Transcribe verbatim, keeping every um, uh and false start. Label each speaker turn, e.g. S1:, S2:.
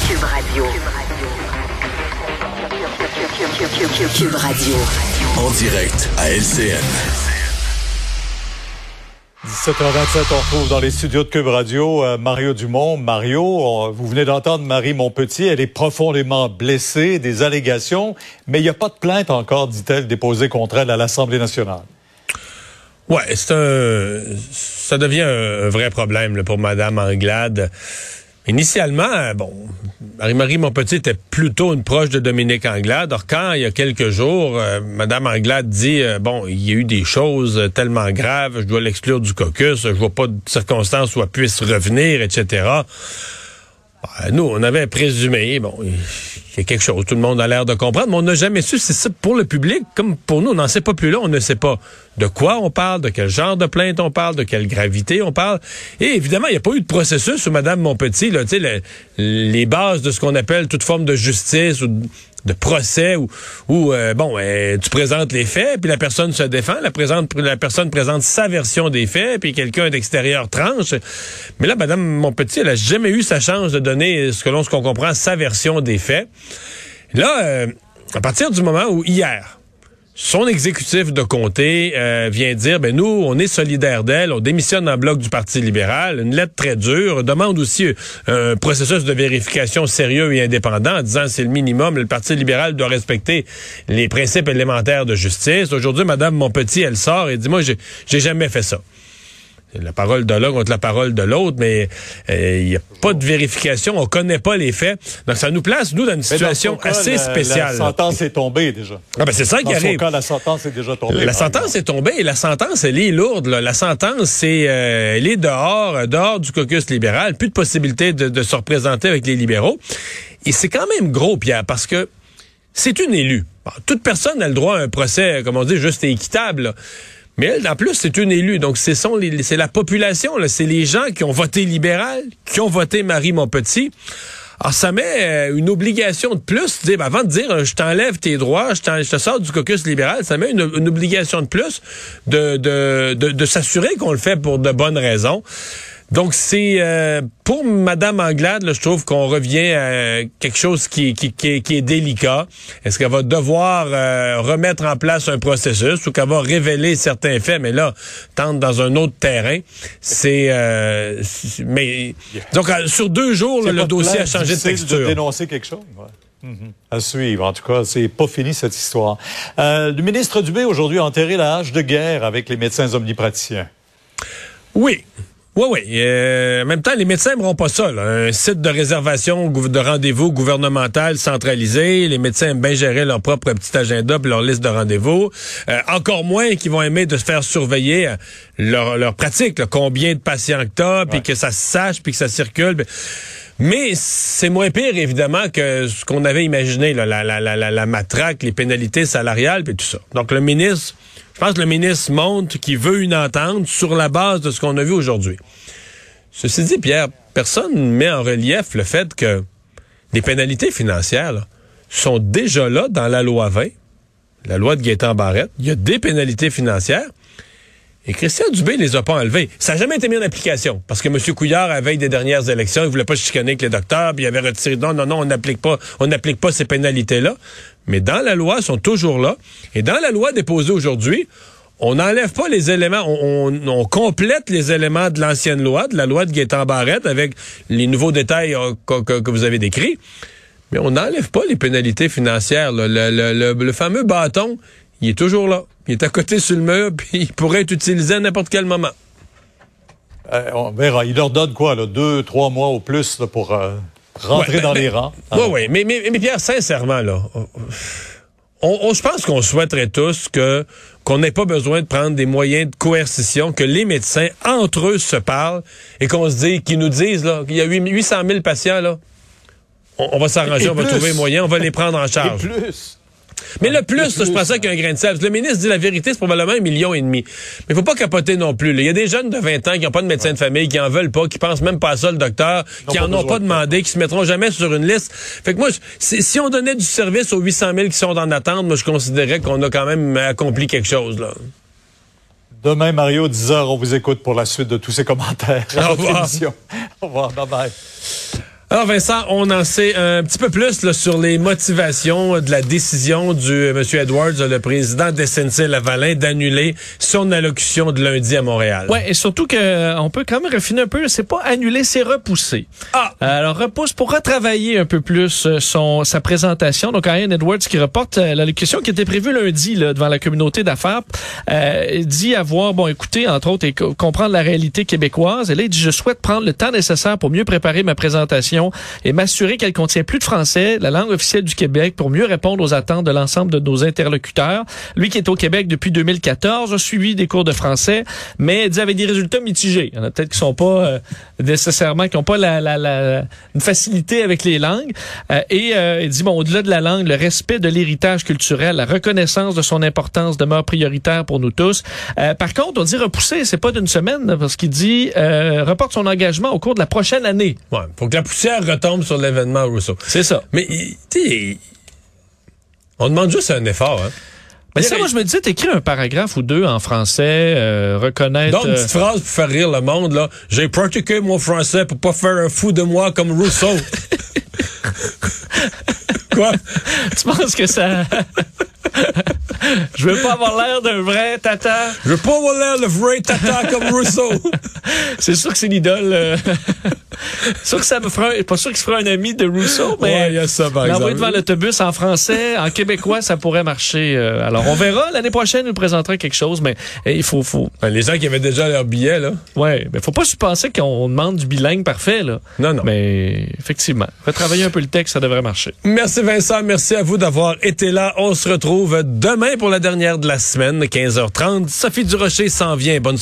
S1: Cube Radio. Cube Radio.
S2: En direct à L C N.
S3: dix-sept heures vingt-sept, on retrouve dans les studios de Cube Radio euh, Mario Dumont. Mario, on, vous venez d'entendre Marie Montpetit, elle est profondément blessée, des allégations, mais il n'y a pas de plainte encore, dit-elle, déposée contre elle à l'Assemblée nationale.
S4: Ouais, c'est un, ça devient un vrai problème là, pour Mme Anglade. Initialement, bon, Marie-Marie Montpetit était plutôt une proche de Dominique Anglade. Or, quand, il y a quelques jours, euh, Mme Anglade dit, euh, bon, il y a eu des choses tellement graves, je dois l'exclure du caucus, je vois pas de circonstances où elle puisse revenir, et cetera. Ben, nous, on avait présumé, bon, il y a quelque chose, tout le monde a l'air de comprendre, mais on n'a jamais su, c'est ça, pour le public, comme pour nous, on n'en sait pas plus là, on ne sait pas de quoi on parle, de quel genre de plainte on parle, de quelle gravité on parle. Et évidemment, il n'y a pas eu de processus où Mme Montpetit, là, tu sais, le, les bases de ce qu'on appelle toute forme de justice ou de, de procès où, où euh, bon, euh, tu présentes les faits, puis la personne se défend, la, présente, la personne présente sa version des faits, puis quelqu'un d'extérieur tranche. Mais là, Mme Montpetit, elle n'a jamais eu sa chance de donner, selon ce qu'on comprend, sa version des faits. Là, euh, à partir du moment où, hier, son exécutif de comté euh, vient dire, ben nous, on est solidaires d'elle, on démissionne en bloc du Parti libéral, une lettre très dure, demande aussi un processus de vérification sérieux et indépendant en disant c'est le minimum, le Parti libéral doit respecter les principes élémentaires de justice. Aujourd'hui, Mme Montpetit, elle sort et dit, moi, j'ai, j'ai jamais fait ça. La parole de l'un contre la parole de l'autre, mais il euh, n'y a pas de vérification, on connaît pas les faits. Donc, ça nous place, nous, dans une situation dans cas, assez la, spéciale.
S3: La sentence est tombée, déjà.
S4: Ah ben c'est ça qui arrive.
S3: Dans son cas, la sentence est déjà tombée.
S4: La sentence exemple. est tombée et la sentence, elle est lourde. Là. La sentence, c'est, euh, elle est dehors, dehors du caucus libéral. Plus de possibilité de, de se représenter avec les libéraux. Et c'est quand même gros, Pierre, parce que c'est une élue. Bon, toute personne a le droit à un procès, comme on dit, juste et équitable, là. Mais elle, en plus, c'est une élue. Donc, c'est, son, c'est la population, là. C'est les gens qui ont voté libéral, qui ont voté Marie Montpetit. Alors, ça met une obligation de plus. Dire, ben, avant de dire, je t'enlève tes droits, je, je te sors du caucus libéral, ça met une, une obligation de plus de, de, de, de s'assurer qu'on le fait pour de bonnes raisons. Donc, c'est euh, pour Mme Anglade, là, je trouve qu'on revient à quelque chose qui, qui, qui, qui est délicat. Est-ce qu'elle va devoir euh, remettre en place un processus ou qu'elle va révéler certains faits, mais là, tente dans un autre terrain. C'est... Euh, c'est mais donc, sur deux jours, là, le dossier a changé de texture.
S3: De dénoncer quelque chose, ouais. Mm-hmm. À suivre. En tout cas, c'est pas fini cette histoire. Euh, le ministre Dubé, aujourd'hui, a enterré la hache de guerre avec les médecins omnipraticiens.
S4: Oui. Oui, oui. Euh, en même temps, les médecins n'aimeront pas ça. Là. Un site de réservation de rendez-vous gouvernemental centralisé. Les médecins aiment bien gérer leur propre petit agenda puis leur liste de rendez-vous. Euh, encore moins qu'ils vont aimer de se faire surveiller euh, leur, leur pratique. Là. Combien de patients que t'as, puis ouais. que ça se sache, puis que ça circule. Pis... Mais c'est moins pire, évidemment, que ce qu'on avait imaginé, là, la, la, la, la, la matraque, les pénalités salariales, puis tout ça. Donc, le ministre... Je pense que le ministre montre qu'il veut une entente sur la base de ce qu'on a vu aujourd'hui. Ceci dit, Pierre, personne ne met en relief le fait que les pénalités financières là, sont déjà là dans la loi vingt, la loi de Gaétan Barrette. Il y a des pénalités financières et Christian Dubé les a pas enlevées. Ça n'a jamais été mis en application parce que M. Couillard, à la veille des dernières élections, il voulait pas chicaner avec les docteurs, puis il avait retiré. Non, non, non, on n'applique pas, on n'applique pas ces pénalités-là. Mais dans la loi, elles sont toujours là. Et dans la loi déposée aujourd'hui, on n'enlève pas les éléments, on, on, on complète les éléments de l'ancienne loi, de la loi de Gaétan Barrette, avec les nouveaux détails euh, que, que, que vous avez décrits. Mais on n'enlève pas les pénalités financières. Là. Le, le, le, le fameux bâton, il est toujours là. Il est à côté sur le mur, puis il pourrait être utilisé à n'importe quel moment.
S3: Euh, on verra. Il leur donne quoi, là, deux, trois mois au plus là, pour... Euh... Rentrer ouais, dans
S4: mais,
S3: les rangs.
S4: Oui, oui. Mais, mais, mais Pierre, sincèrement, là, on, on, je pense qu'on souhaiterait tous que qu'on n'ait pas besoin de prendre des moyens de coercition, que les médecins, entre eux, se parlent et qu'on se dise, qu'ils nous disent, là, qu'il y a huit cent mille patients, là. On, on va s'arranger, on va trouver un moyen, on va les prendre en charge.
S3: Et plus.
S4: Mais le plus, là, je prends ça qu'un grain de sel. Le ministre dit la vérité, c'est probablement un million et demi. Mais il faut pas capoter non plus. Il y a des jeunes de vingt ans qui n'ont pas de médecin ouais. de famille, qui en veulent pas, qui pensent même pas à ça, le docteur, non, qui en ont pas demandé, qui se mettront jamais sur une liste. Fait que moi, si on donnait du service aux huit cent mille qui sont en attente, moi, je considérais qu'on a quand même accompli quelque chose, là.
S3: Demain, Mario, dix heures, on vous écoute pour la suite de tous ces commentaires.
S4: Au revoir.
S3: Au revoir. Bye bye.
S4: Alors Vincent, on en sait un petit peu plus là, sur les motivations de la décision du euh, M. Edwards, le président d'S N C-Lavalin, d'annuler son allocution de lundi à Montréal.
S5: Ouais, et surtout que euh, on peut quand même raffiner un peu, c'est pas annuler, c'est repousser.
S4: Ah!
S5: Alors repousse pour retravailler un peu plus euh, son sa présentation. Donc Ian Edwards qui reporte euh, l'allocution qui était prévue lundi là, devant la communauté d'affaires, euh, dit avoir, bon écoutez, entre autres, et co- comprendre la réalité québécoise. Et là, il dit, je souhaite prendre le temps nécessaire pour mieux préparer ma présentation et m'assurer qu'elle contient plus de français, la langue officielle du Québec, pour mieux répondre aux attentes de l'ensemble de nos interlocuteurs. Lui qui est au Québec depuis deux mille quatorze, a suivi des cours de français, mais il dit avec des résultats mitigés. Il y en a peut-être qui sont pas euh, nécessairement, qui n'ont pas la, la, la, une facilité avec les langues. Euh, et euh, il dit, bon, au-delà de la langue, le respect de l'héritage culturel, la reconnaissance de son importance demeure prioritaire pour nous tous. Euh, par contre, on dit repousser, c'est pas d'une semaine, parce qu'il dit euh, reporte son engagement au cours de la prochaine année.
S4: Ouais, pour que la poussière retombe sur l'événement Rousseau.
S5: C'est ça.
S4: Mais, tu sais, on demande juste un effort, hein.
S5: Mais ça, moi, je me disais, t'écris un paragraphe ou deux en français, euh, reconnaître...
S4: Donc, une petite
S5: euh...
S4: phrase pour faire rire le monde, là. J'ai pratiqué mon français pour pas faire un fou de moi comme Rousseau. Quoi?
S5: Tu penses que ça... Je veux pas avoir l'air d'un vrai tata.
S4: Je veux pas avoir l'air le vrai tata comme Rousseau.
S5: C'est sûr que c'est l'idole. Euh... C'est sûr que ça me fera... Pas sûr qu'il se fera un ami de Rousseau, mais...
S4: Ouais, il y a ça, par exemple.
S5: L'envoyer devant l'autobus en français, en québécois, ça pourrait marcher. Euh, alors, on verra. L'année prochaine, il nous présentera quelque chose, mais eh, il faut... faut...
S4: Les gens qui avaient déjà leur billet, là.
S5: Ouais, mais faut pas se penser qu'on demande du bilingue parfait, là.
S4: Non, non.
S5: Mais, effectivement, retravailler un peu le texte, ça devrait marcher.
S4: Merci Vincent, merci à vous d'avoir été là. On se retrouve demain pour la dernière de la semaine, quinze heures trente. Sophie Durocher s'en vient. Bonne